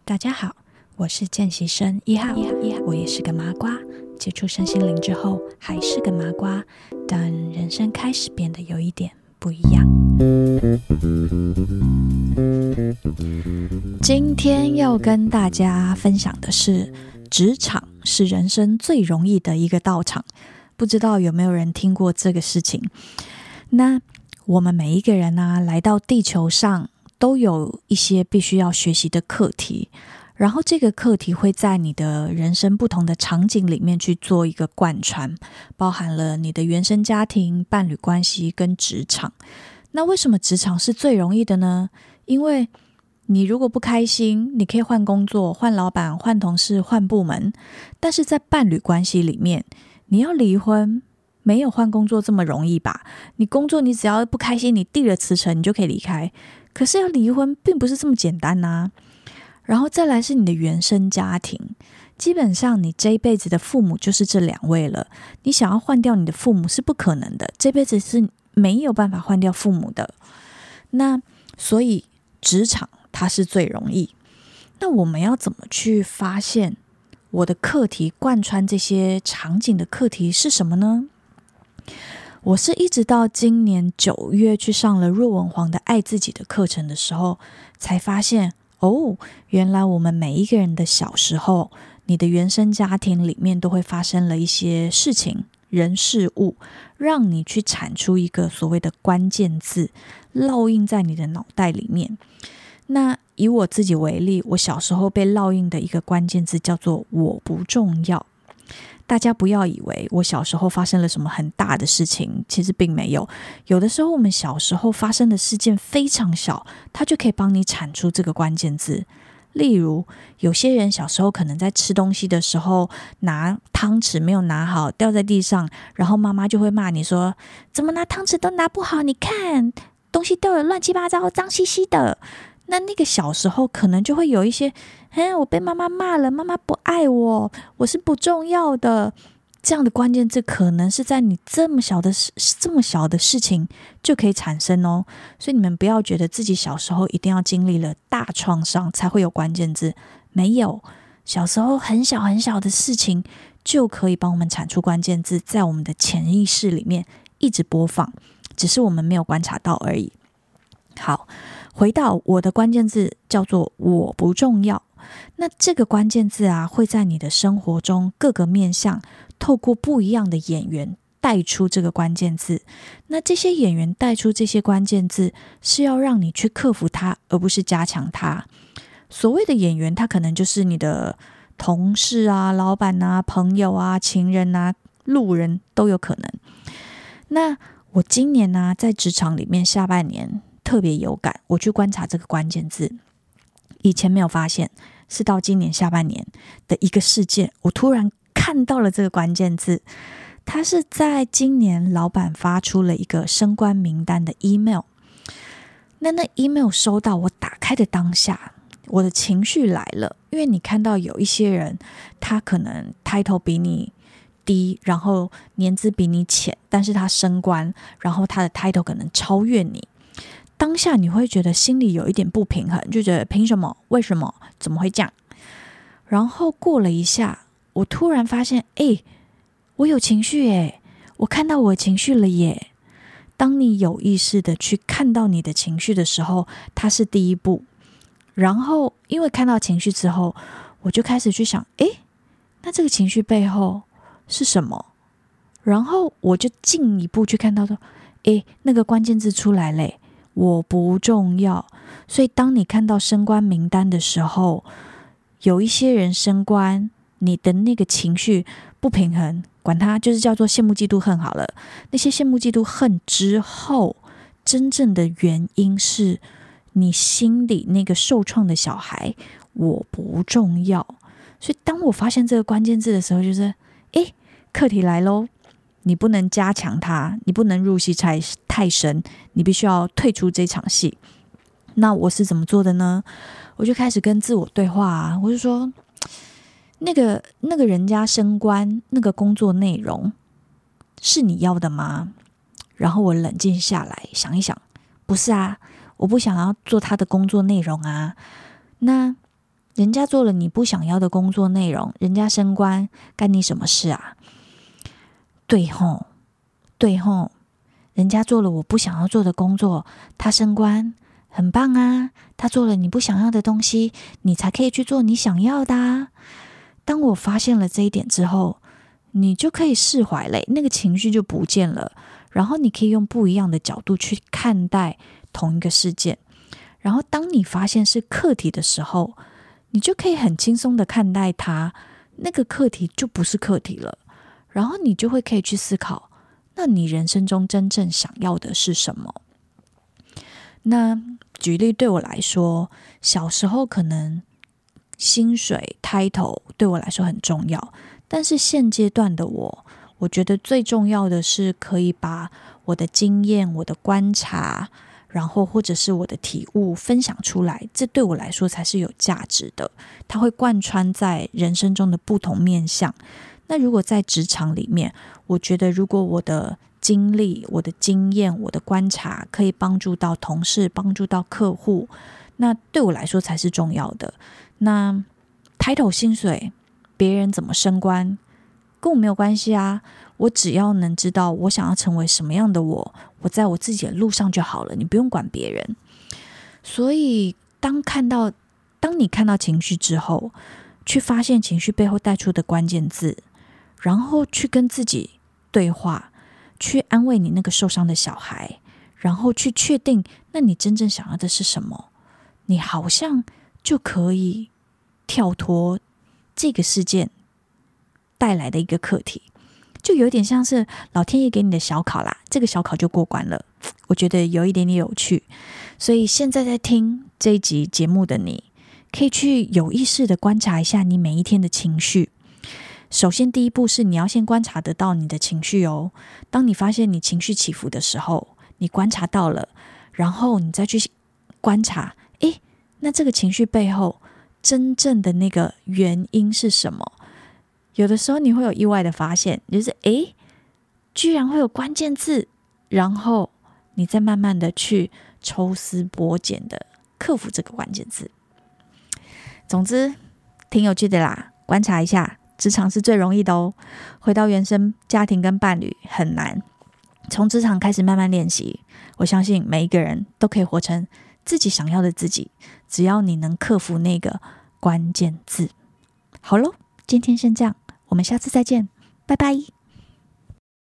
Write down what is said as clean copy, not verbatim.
大家好，我是见习生1号，我也是个麻瓜，接触身心灵之后还是个麻瓜，但人生开始变得有一点不一样。今天要跟大家分享的是，职场是人生最容易的一个道场。不知道有没有人听过这个事情？那我们每一个人来到地球上都有一些必须要学习的课题，然后这个课题会在你的人生不同的场景里面去做一个贯穿，包含了你的原生家庭、伴侣关系跟职场。那为什么职场是最容易的呢？因为你如果不开心，你可以换工作、换老板、换同事、换部门，但是在伴侣关系里面，你要离婚没有换工作这么容易吧？你工作你只要不开心，你递了辞呈你就可以离开，可是要离婚并不是这么简单啊。然后再来是你的原生家庭，基本上你这一辈子的父母就是这2位了，你想要换掉你的父母是不可能的，这辈子是没有办法换掉父母的。那所以职场它是最容易。那我们要怎么去发现我的课题贯穿这些场景的课题是什么呢？我是一直到今年9月去上了若文黄的爱自己的课程的时候，才发现原来我们每一个人的小时候，你的原生家庭里面都会发生了一些事情、人事物，让你去产出一个所谓的关键字，烙印在你的脑袋里面。那以我自己为例，我小时候被烙印的一个关键字叫做我不重要。大家不要以为我小时候发生了什么很大的事情，其实并没有。有的时候我们小时候发生的事件非常小，它就可以帮你产出这个关键字。例如有些人小时候可能在吃东西的时候拿汤匙没有拿好，掉在地上，然后妈妈就会骂你说，怎么拿汤匙都拿不好，你看东西掉得乱七八糟，脏兮兮的。那个小时候可能就会有一些我被妈妈骂了，妈妈不爱我，我是不重要的，这样的关键字可能是在你这么小的事情就可以产生哦。所以你们不要觉得自己小时候一定要经历了大创伤才会有关键字，没有，小时候很小很小的事情就可以帮我们产出关键字，在我们的潜意识里面一直播放，只是我们没有观察到而已。好，回到我的关键字叫做我不重要。那这个关键字会在你的生活中各个面向，透过不一样的演员带出这个关键字。那这些演员带出这些关键字，是要让你去克服它，而不是加强它。所谓的演员，他可能就是你的同事老板朋友情人路人都有可能。那我今年在职场里面下半年特别有感，我去观察这个关键字，以前没有发现，是到今年下半年的一个事件，我突然看到了这个关键字。它是在今年老板发出了一个升官名单的 email。 那 email 收到，我打开的当下，我的情绪来了。因为你看到有一些人，他可能 title 比你低，然后年资比你浅，但是他升官，然后他的 title 可能超越你，当下你会觉得心里有一点不平衡，就觉得凭什么？为什么？怎么会这样？然后过了一下，我突然发现，我有情绪耶，我看到我的情绪了耶。当你有意识的去看到你的情绪的时候，它是第一步。然后因为看到情绪之后，我就开始去想，那这个情绪背后是什么？然后我就进一步去看到说，那个关键字出来嘞，我不重要。所以当你看到升官名单的时候，有一些人升官，你的那个情绪不平衡，管它就是叫做羡慕嫉妒恨好了。那些羡慕嫉妒恨之后，真正的原因是你心里那个受创的小孩，我不重要。所以当我发现这个关键字的时候，就是课题来咯，你不能加强它，你不能入戏太深，你必须要退出这场戏。那我是怎么做的呢？我就开始跟自我对话我就说，那个人家升官，那个工作内容是你要的吗？然后我冷静下来想一想，不是我不想要做他的工作内容那人家做了你不想要的工作内容，人家升官，干你什么事啊？对吼，人家做了我不想要做的工作，他升官，很棒啊。他做了你不想要的东西，你才可以去做你想要的啊。当我发现了这一点之后，你就可以释怀了，那个情绪就不见了，然后你可以用不一样的角度去看待同一个事件。然后当你发现是课题的时候，你就可以很轻松的看待它，那个课题就不是课题了。然后你就会可以去思考，那你人生中真正想要的是什么？那举例对我来说，小时候可能薪水 title 对我来说很重要，但是现阶段的我觉得最重要的是可以把我的经验、我的观察，然后或者是我的体悟分享出来，这对我来说才是有价值的。它会贯穿在人生中的不同面向。那如果在职场里面，我觉得如果我的经历、我的经验、我的观察可以帮助到同事、帮助到客户，那对我来说才是重要的。那title薪水，别人怎么升官跟我没有关系啊，我只要能知道我想要成为什么样的我在我自己的路上就好了，你不用管别人。所以当你看到情绪之后，去发现情绪背后带出的关键字，然后去跟自己对话，去安慰你那个受伤的小孩，然后去确定那你真正想要的是什么，你好像就可以跳脱这个事件带来的一个课题，就有点像是老天爷给你的小考啦，这个小考就过关了，我觉得有一点点有趣。所以现在在听这一集节目的你，可以去有意识的观察一下你每一天的情绪。首先第一步是你要先观察得到你的情绪哦。当你发现你情绪起伏的时候，你观察到了，然后你再去观察，那这个情绪背后真正的那个原因是什么？有的时候你会有意外的发现，就是居然会有关键字，然后你再慢慢的去抽丝剥茧的克服这个关键字。总之挺有趣的啦，观察一下，职场是最容易的哦，回到原生家庭跟伴侣很难，从职场开始慢慢练习，我相信每一个人都可以活成自己想要的自己，只要你能克服那个关键字。好咯，今天先这样，我们下次再见，拜拜。